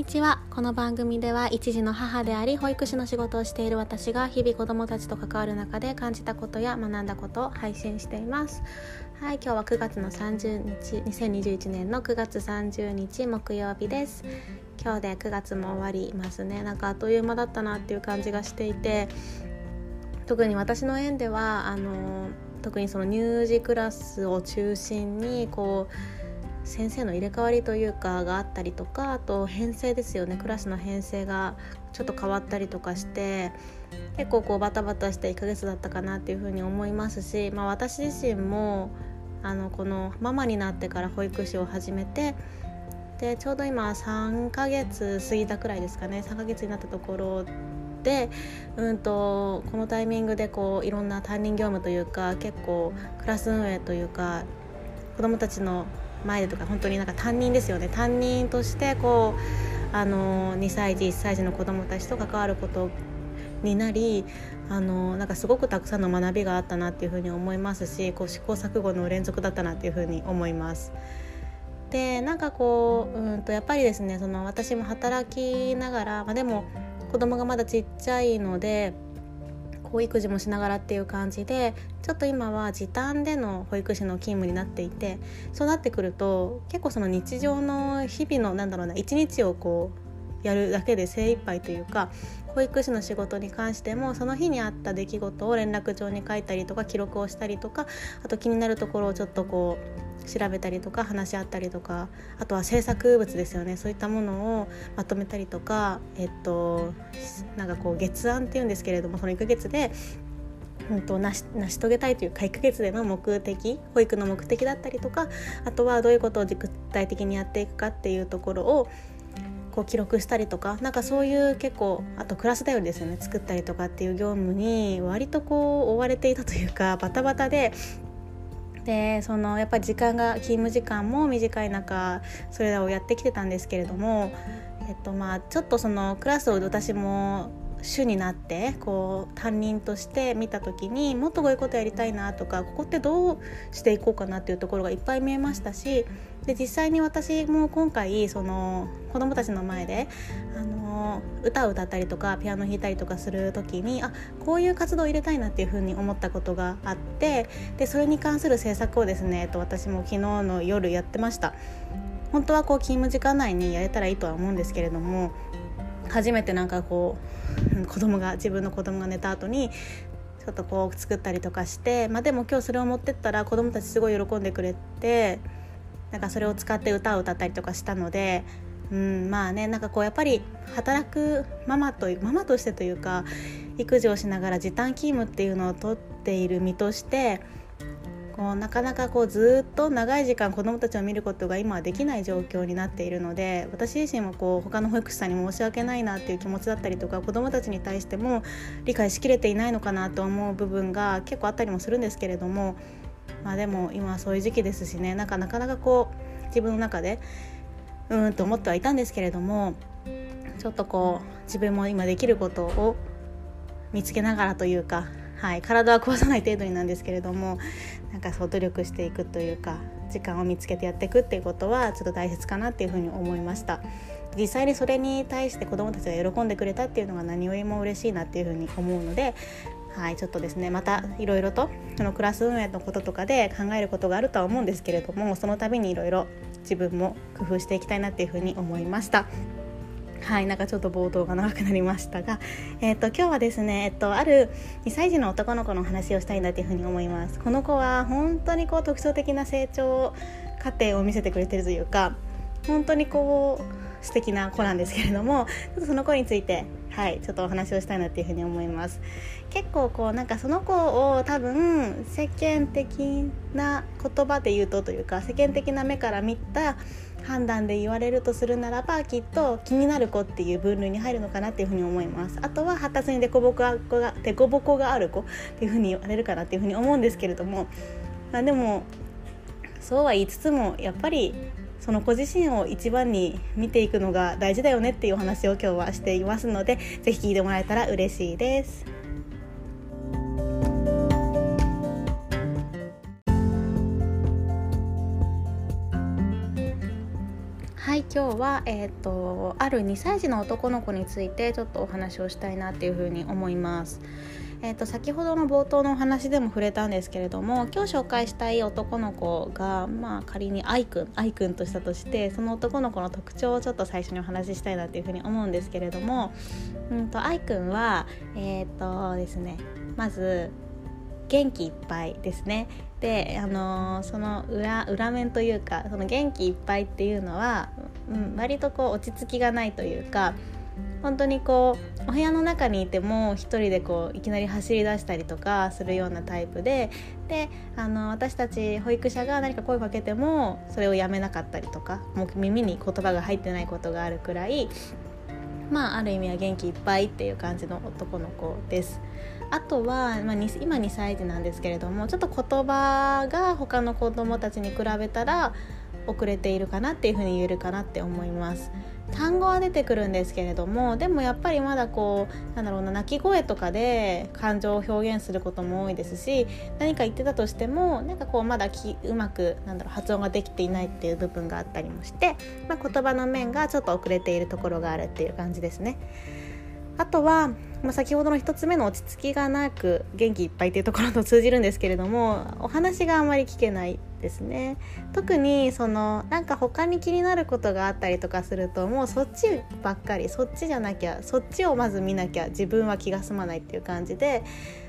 にちは。この番組では一児の母であり保育士の仕事をしている私が日々子どもたちと関わる中で感じたことや学んだことを配信しています。はい、今日は9月の30日2021年の9月30日木曜日です。今日で9月も終わりますね。なんかあっという間だったなっていう感じがしていて、特に私の園では特にその乳児クラスを中心に先生の入れ替わりというかがあったりとか、あと編成ですよね。クラスの編成がちょっと変わったりとかして、結構バタバタした1ヶ月だったかなっていうふうに思いますし、私自身もこのママになってから保育士を始めて、でちょうど今3ヶ月過ぎたくらいですかね。3ヶ月になったところでこのタイミングでいろんな担任業務というか、結構クラス運営というか、子どもたちの前でとか、本当になんか担任ですよね。担任として2歳児1歳児の子どもたちと関わることになり、なんかすごくたくさんの学びがあったなっていうふうに思いますし、試行錯誤の連続だったなっていうふうに思います。でなんかやっぱりですね、私も働きながら、でも子供がまだちっちゃいので育児もしながらっていう感じで、ちょっと今は時短での保育士の勤務になっていて、そうなってくると結構その日常の日々の一日をやるだけで精一杯というか、保育士の仕事に関してもその日にあった出来事を連絡帳に書いたりとか、記録をしたりとか、あと気になるところをちょっと調べたりとか話し合ったりとか、あとは制作物ですよね。そういったものをまとめたりとか、なんか月案っていうんですけれども、その1ヶ月で成し遂げたいというか、1ヶ月での目的、保育の目的だったりとか、あとはどういうことを具体的にやっていくかっていうところを記録したりとか、なんかそういう結構、あとクラスだよりですよね、作ったりとかっていう業務に割と追われていたというか、バタバタでやっぱり勤務時間も短い中、それらをやってきてたんですけれども、ちょっとそのクラスを私も主になって担任として見た時に、もっとこういうことやりたいなとか、ここってどうしていこうかなっていうところがいっぱい見えましたし、で実際に私も今回子どもたちの前で歌を歌ったりとかピアノ弾いたりとかする時に、こういう活動を入れたいなっていうふうに思ったことがあって、でそれに関する制作をですね、私も昨日の夜やってました。本当は勤務時間内にやれたらいいとは思うんですけれども、初めてなんか自分の子供が寝た後にちょっと作ったりとかして、でも今日それを持ってったら子供たちすごい喜んでくれて、なんかそれを使って歌を歌ったりとかしたので、なんかやっぱり働くママとしてというか、育児をしながら時短勤務っていうのを取っている身として、なかなかずっと長い時間子どもたちを見ることが今はできない状況になっているので、私自身も他の保育士さんに申し訳ないなっていう気持ちだったりとか、子どもたちに対しても理解しきれていないのかなと思う部分が結構あったりもするんですけれども、でも今はそういう時期ですしね、なかなか自分の中でと思ってはいたんですけれども、ちょっと自分も今できることを見つけながらというか、体は壊さない程度になんですけれども、なんか努力していくというか、時間を見つけてやっていくっていうことはちょっと大切かなっていうふうに思いました。実際にそれに対して子どもたちが喜んでくれたっていうのが何よりも嬉しいなっていうふうに思うので、ちょっとですね、またいろいろとそのクラス運営のこととかで考えることがあるとは思うんですけれども、その度にいろいろ自分も工夫していきたいなっていうふうに思いました。なんかちょっと冒頭が長くなりましたが、今日はですね、ある2歳児の男の子の話をしたいなというふうに思います。この子は本当に特徴的な成長過程を見せてくれているというか、本当に素敵な子なんですけれども、ちょっとその子についてちょっとお話をしたいなというふうに思います。結構なんかその子を多分世間的な言葉で言うとというか、世間的な目から見た判断で言われるとするならば、きっと気になる子っていう分類に入るのかなっていうふうに思います。あとは発達にデコボコがある子っていうふうに言われるかなっていうふうに思うんですけれども、でもそうは言いつつも、やっぱりその子自身を一番に見ていくのが大事だよねっていうお話を今日はしていますので、ぜひ聞いてもらえたら嬉しいです。 はい、今日は、ある2歳児の男の子についてちょっとお話をしたいなっていうふうに思います。先ほどの冒頭のお話でも触れたんですけれども、今日紹介したい男の子が、仮に愛くんとしたとして、その男の子の特徴をちょっと最初にお話ししたいなっていうふうに思うんですけれども、愛くんはですね、まず元気いっぱいですね。で、その裏面というか、その元気いっぱいっていうのは、割とこう落ち着きがないというか、本当にこうお部屋の中にいても一人でこういきなり走り出したりとかするようなタイプで、私たち保育者が何か声をかけてもそれをやめなかったりとか、もう耳に言葉が入ってないことがあるくらい、ある意味は元気いっぱいっていう感じの男の子です。あとは、今2歳児なんですけれども、ちょっと言葉が他の子供たちに比べたら遅れているかなっていうふうに言えるかなって思います。単語は出てくるんですけれども、でもやっぱりまだ泣き声とかで感情を表現することも多いですし、何か言ってたとしてもまだうまく発音ができていないっていう部分があったりもして、言葉の面がちょっと遅れているところがあるっていう感じですね。あとは、先ほどの一つ目の落ち着きがなく元気いっぱいっていうところと通じるんですけれども、お話があまり聞けないですね。特に他に気になることがあったりとかすると、もうそっちばっかり、そっちじゃなきゃ、そっちをまず見なきゃ自分は気が済まないっていう感じで、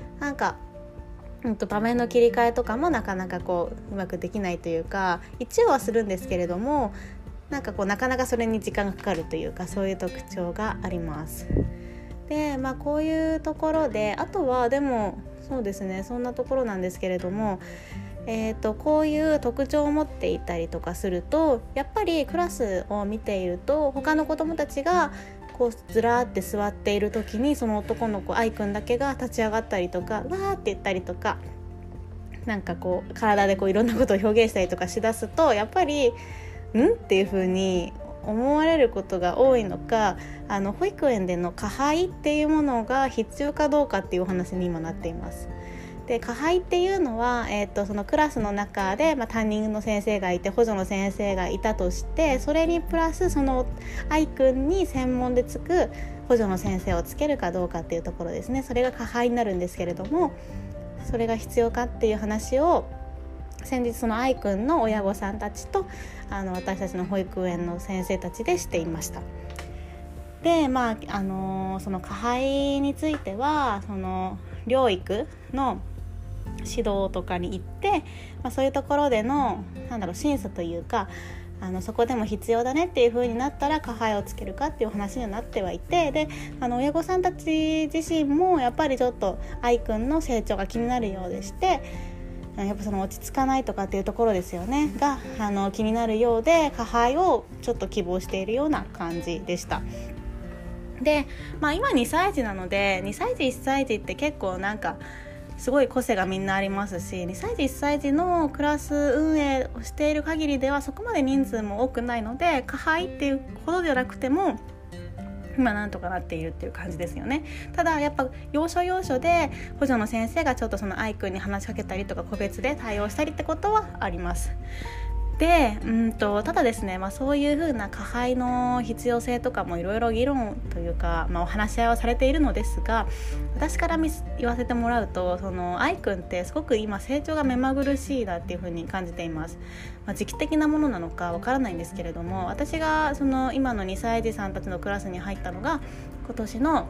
場面の切り替えとかもなかなかうまくできないというか、一応はするんですけれども、なかなかそれに時間がかかるというか、そういう特徴があります。で、こういうところで、あとはでもそうですね、そんなところなんですけれども、こういう特徴を持っていたりとかすると、やっぱりクラスを見ていると、他の子どもたちがずらーって座っている時に、その男の子愛くんだけが立ち上がったりとか、わーって言ったりとか、体でいろんなことを表現したりとかしだすと、やっぱりっていう風に思われることが多いのか、保育園での加配っていうものが必要かどうかっていうお話に今なっています。で、加配っていうのは、そのクラスの中で、担任の先生がいて補助の先生がいたとして、それにプラスその愛くんに専門でつく補助の先生をつけるかどうかっていうところですね。それが加配になるんですけれども、それが必要かっていう話を先日その愛くんの親御さんたちと私たちの保育園の先生たちでしていました。で、その加配については、その療育の指導とかに行って、そういうところでの審査というか、そこでも必要だねっていう風になったら加配をつけるかっていう話にはなってはいて、で親御さんたち自身もやっぱりちょっと愛くんの成長が気になるようでして、やっぱその落ち着かないとかっていうところですよねが気になるようで、加配をちょっと希望しているような感じでした。で、今2歳児なので、2歳児1歳児って結構すごい個性がみんなありますし、2歳児1歳児のクラス運営をしている限りではそこまで人数も多くないので、加配っていうほどではなくてもなんとかなっているっていう感じですよね。ただやっぱ要所要所で補助の先生がちょっとその愛くんに話しかけたりとか、個別で対応したりってことはあります。で、ただですね、そういう風な加配の必要性とかもいろいろ議論というか、お話し合いはされているのですが、私から言わせてもらうと、その愛くんってすごく今成長が目まぐるしいなっていう風に感じています。時期的なものなのかわからないんですけれども、私がその今の2歳児さんたちのクラスに入ったのが今年の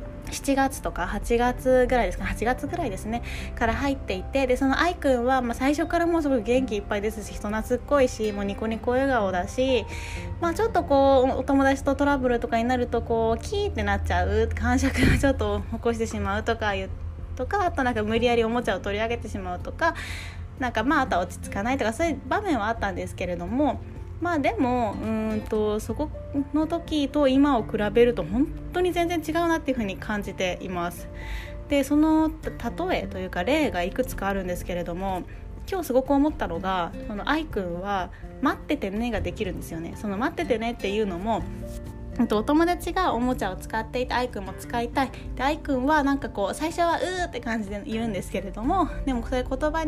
7月とか8月ぐらいですか、8月ぐらいですねから入っていて、でその愛くんは最初からもうすごい元気いっぱいですし、人懐っこいし、もうニコニコ笑顔だし、ちょっとお友達とトラブルとかになるとキーってなっちゃう、感触がちょっと起こしてしまうとかあと無理やりおもちゃを取り上げてしまうとか、あとは落ち着かないとか、そういう場面はあったんですけれども、でもそこの時と今を比べると本当に全然違うなっていう風に感じています。で、その例えというか例がいくつかあるんですけれども、今日すごく思ったのが、その愛くんは待っててねができるんですよね。その待っててねっていうのも、お友達がおもちゃを使っていて愛くんも使いたいで、愛くんは最初はうーって感じで言うんですけれども、でもそれ言葉に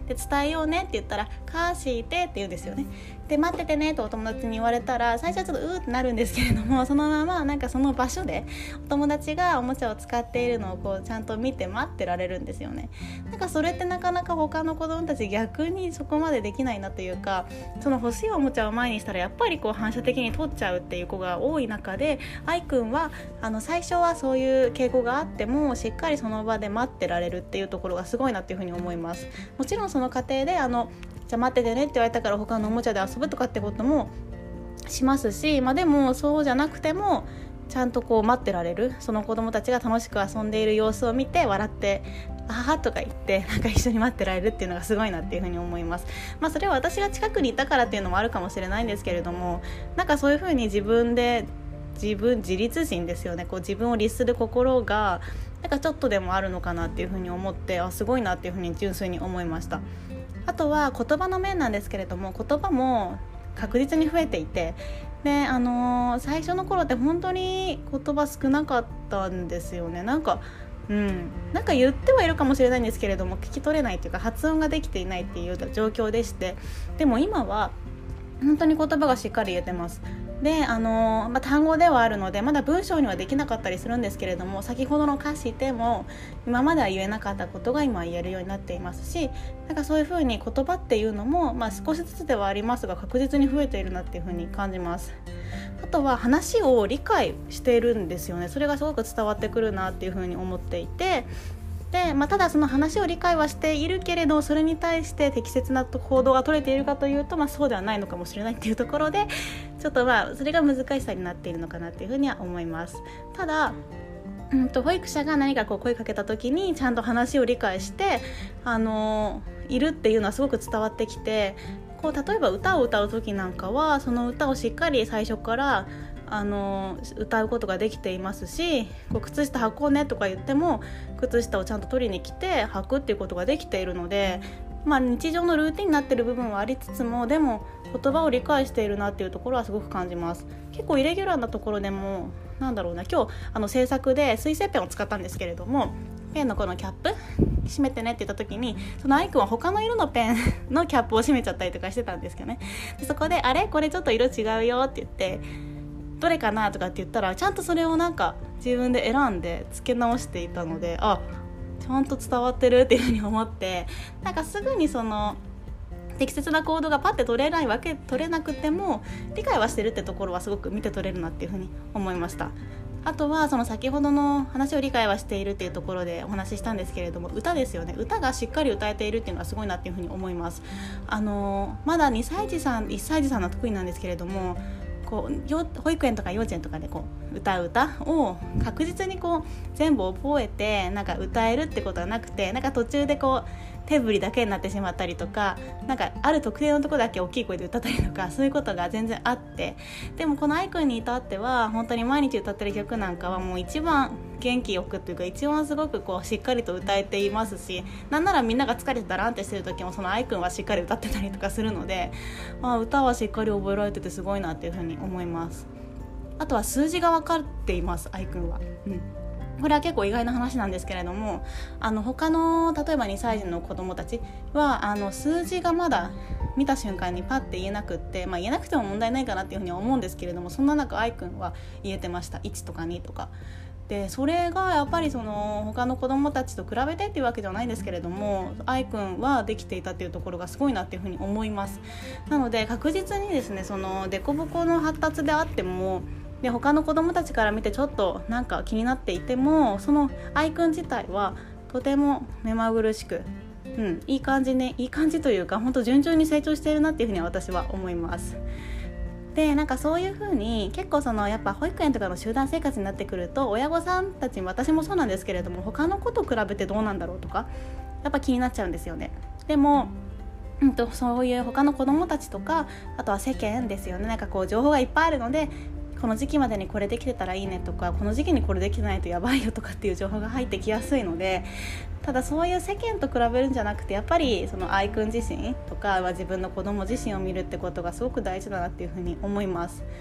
で伝えようねって言ったらかしてって言うんですよね。で待っててねとお友達に言われたら最初はちょっとってなるんですけれども、そのままなんかその場所でお友達がおもちゃを使っているのをこうちゃんと見て待ってられるんですよね。なんかそれってなかなか他の子供たち逆にそこまでできないなというか、その欲しいおもちゃを前にしたらやっぱりこう反射的に取っちゃうっていう子が多い中で、愛くんは最初はそういう傾向があってもしっかりその場で待ってられるっていうところがすごいなっていうふうに思います。もちろんその過程でじゃあ待っててねって言われたから他のおもちゃで遊ぶとかってこともしますし、でもそうじゃなくてもちゃんとこう待ってられる、その子供たちが楽しく遊んでいる様子を見て笑ってあはとか言ってなんか一緒に待ってられるっていうのがすごいなっていうふうに思います。それは私が近くにいたからっていうのもあるかもしれないんですけれども、なんかそういうふうに自立心ですよね、こう自分を律する心がなんかちょっとでもあるのかなっていうふうに思って、すごいなっていうふうに純粋に思いました。あとは言葉の面なんですけれども、言葉も確実に増えていて、で最初の頃って本当に言葉少なかったんですよね。なんか言ってはいるかもしれないんですけれども聞き取れないというか発音ができていないっていう状況でして、でも今は本当に言葉がしっかり言えてます。で単語ではあるのでまだ文章にはできなかったりするんですけれども、先ほどの歌詞でも今までは言えなかったことが今は言えるようになっていますし、なんかそういうふうに言葉っていうのも、少しずつではありますが確実に増えているなっていうふうに感じます。あとは話を理解しているんですよね。それがすごく伝わってくるなっていうふうに思っていて、でただその話を理解はしているけれどそれに対して適切な行動が取れているかというと、そうではないのかもしれないっていうところでちょっとそれが難しさになっているのかなっていうふうには思います。ただ保育者が何かこう声かけた時にちゃんと話を理解しているっていうのはすごく伝わってきて、こう例えば歌を歌う時なんかはその歌をしっかり最初から歌うことができていますし、靴下履こうねとか言っても靴下をちゃんと取りに来て履くっていうことができているので、日常のルーティンになっている部分はありつつも、でも言葉を理解しているなっていうところはすごく感じます。結構イレギュラーなところでも今日制作で水性ペンを使ったんですけれども、ペンのこのキャップ閉めてねって言った時にそのアイくんは他の色のペンのキャップを閉めちゃったりとかしてたんですけどね。でそこでこれちょっと色違うよって言ってどれかなとかって言ったらちゃんとそれをなんか自分で選んで付け直していたので、ちゃんと伝わってるっていうふうに思って、なんかすぐにその適切な行動がパッて取れなくても理解はしてるってところはすごく見て取れるなっていうふうに思いました。あとはその先ほどの話を理解はしているっていうところでお話ししたんですけれども、歌ですよね。歌がしっかり歌えているっていうのはすごいなっていうふうに思います。まだ2歳児さん1歳児さんは得意なんですけれども、保育園とか幼稚園とかで歌う歌を確実に全部覚えてなんか歌えるってことはなくて、なんか途中で手振りだけになってしまったりとか、なんかある特定のところだけ大きい声で歌ったりとか、そういうことが全然あって、でもこの愛くんに至っては本当に毎日歌ってる曲なんかはもう一番元気よくというか一番すごくしっかりと歌えていますし、なんならみんなが疲れてたらんってしてる時もその愛くんはしっかり歌ってたりとかするので、歌はしっかり覚えられててすごいなっていうふうに思います。あとは数字が分かっています、愛くんは。これは結構意外な話なんですけれども、他の例えば2歳児の子どもたちは数字がまだ見た瞬間にパッて言えなくって、言えなくても問題ないかなっていうふうには思うんですけれども、そんな中愛くんは言えてました。1とか2とかで、それがやっぱりその他の子どもたちと比べてっていうわけではないんですけれども、愛くんはできていたっていうところがすごいなっていうふうに思います。なので確実にですね、そのデコボコの発達であってもで他の子どもたちから見てちょっとなんか気になっていても、その愛くん自体はとても目まぐるしく、いい感じというか本当順調に成長しているなっていうふうに私は思います。でなんかそういう風に結構やっぱ保育園とかの集団生活になってくると親御さんたち、私もそうなんですけれども、他の子と比べてどうなんだろうとかやっぱ気になっちゃうんですよね。でもそういう他の子どもたちとか、あとは世間ですよね。なんか情報がいっぱいあるので、この時期までにこれできてたらいいねとか、この時期にこれできてないとやばいよとかっていう情報が入ってきやすいので、ただそういう世間と比べるんじゃなくて、やっぱりその愛くん自身とか自分の子供自身を見るってことがすごく大事だなっていうふうに思います。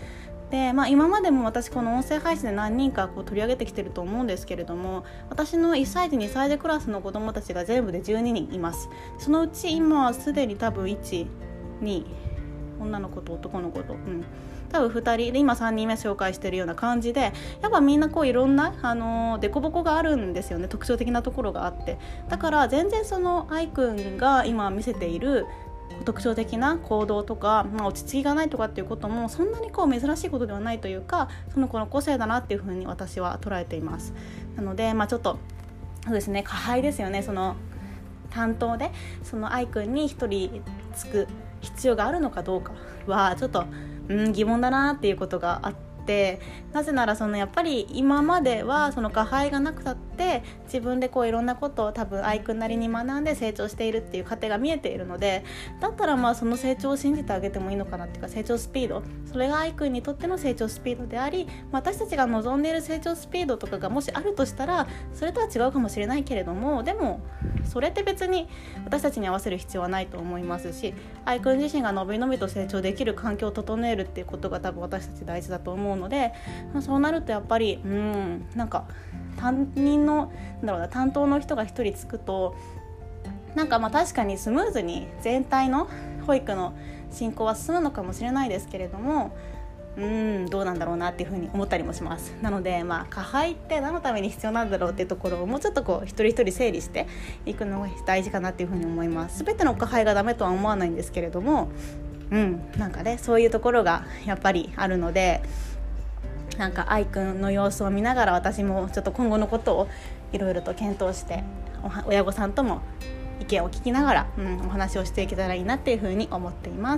で、今までも私この音声配信で何人か取り上げてきてると思うんですけれども、私の1歳児2歳児クラスの子どもたちが全部で12人います。そのうち今はすでに多分1、2、女の子と男の子と、多分2人で今3人目紹介してるような感じで、やっぱみんないろんなデコボコがあるんですよね。特徴的なところがあって、だから全然その愛くんが今見せている特徴的な行動とか、落ち着きがないとかっていうこともそんなに珍しいことではないというか、その子の個性だなっていうふうに私は捉えています。なのでちょっとそうですね、加配ですよね。その担当でその愛くんに一人つく必要があるのかどうかはちょっと疑問だなっていうことがあって、なぜならやっぱり今まではその加配がなくたって自分でいろんなことを多分愛くんなりに学んで成長しているっていう過程が見えているので、だったらその成長を信じてあげてもいいのかなっていうか、成長スピード、それが愛くんにとっての成長スピードであり、私たちが望んでいる成長スピードとかがもしあるとしたらそれとは違うかもしれないけれども、でもそれって別に私たちに合わせる必要はないと思いますし、愛くん自身がのびのびと成長できる環境を整えるっていうことが多分私たち大事だと思うので、そうなるとやっぱり担当の人が一人つくと確かにスムーズに全体の保育の進行は進むのかもしれないですけれども、どうなんだろうなっていうふうに思ったりもします。なので加配って何のために必要なんだろうっていうところをもうちょっと一人一人整理していくのが大事かなっていうふうに思います。全ての加配がダメとは思わないんですけれども、そういうところがやっぱりあるので、愛くんの様子を見ながら私もちょっと今後のことをいろいろと検討して親御さんとも意見を聞きながら、お話をしていけたらいいなっていうふうに思っています。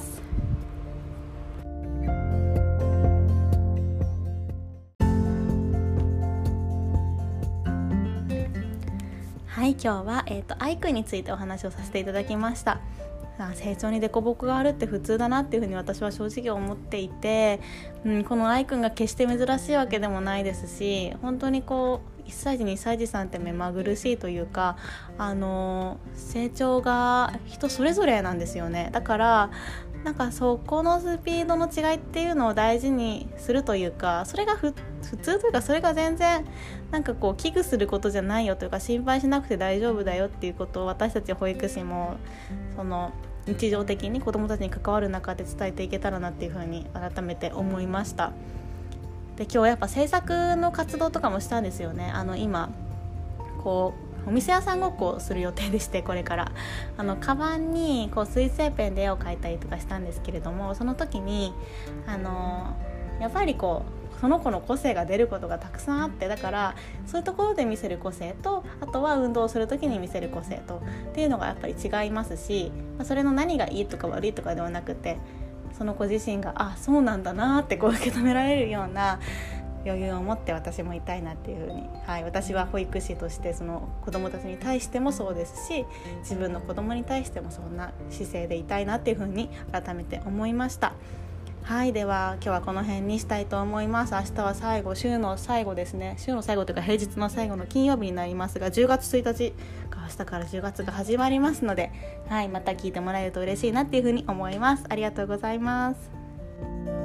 はい、今日は、愛くんについてお話をさせていただきました。成長にデコボコがあるって普通だなっていうふうに私は正直思っていて、この愛くんが決して珍しいわけでもないですし、本当に1歳児2歳児さんって目まぐるしいというか、成長が人それぞれなんですよね。だからそこのスピードの違いっていうのを大事にするというか、それが普通というか、それが全然危惧することじゃないよというか、心配しなくて大丈夫だよっていうことを私たち保育士も日常的に子どもたちに関わる中で伝えていけたらなっていうふうに改めて思いました。で、今日やっぱ制作の活動とかもしたんですよね。今お店屋さんごっこをする予定でして、これからカバンに水性ペンで絵を描いたりとかしたんですけれども、その時にやっぱりその子の個性が出ることがたくさんあって、だからそういうところで見せる個性と、あとは運動する時に見せる個性とっていうのがやっぱり違いますし、それの何がいいとか悪いとかではなくて、その子自身がそうなんだなって受け止められるような余裕を持って私もいたいなっていうふうに、私は保育士としてその子どもたちに対してもそうですし、自分の子どもに対してもそんな姿勢でいたいなっていうふうに改めて思いました。では今日はこの辺にしたいと思います。明日は週の最後ですね。週の最後というか平日の最後の金曜日になりますが、10月1日明日から10月が始まりますので、また聞いてもらえると嬉しいなっていうふうに思います。ありがとうございます。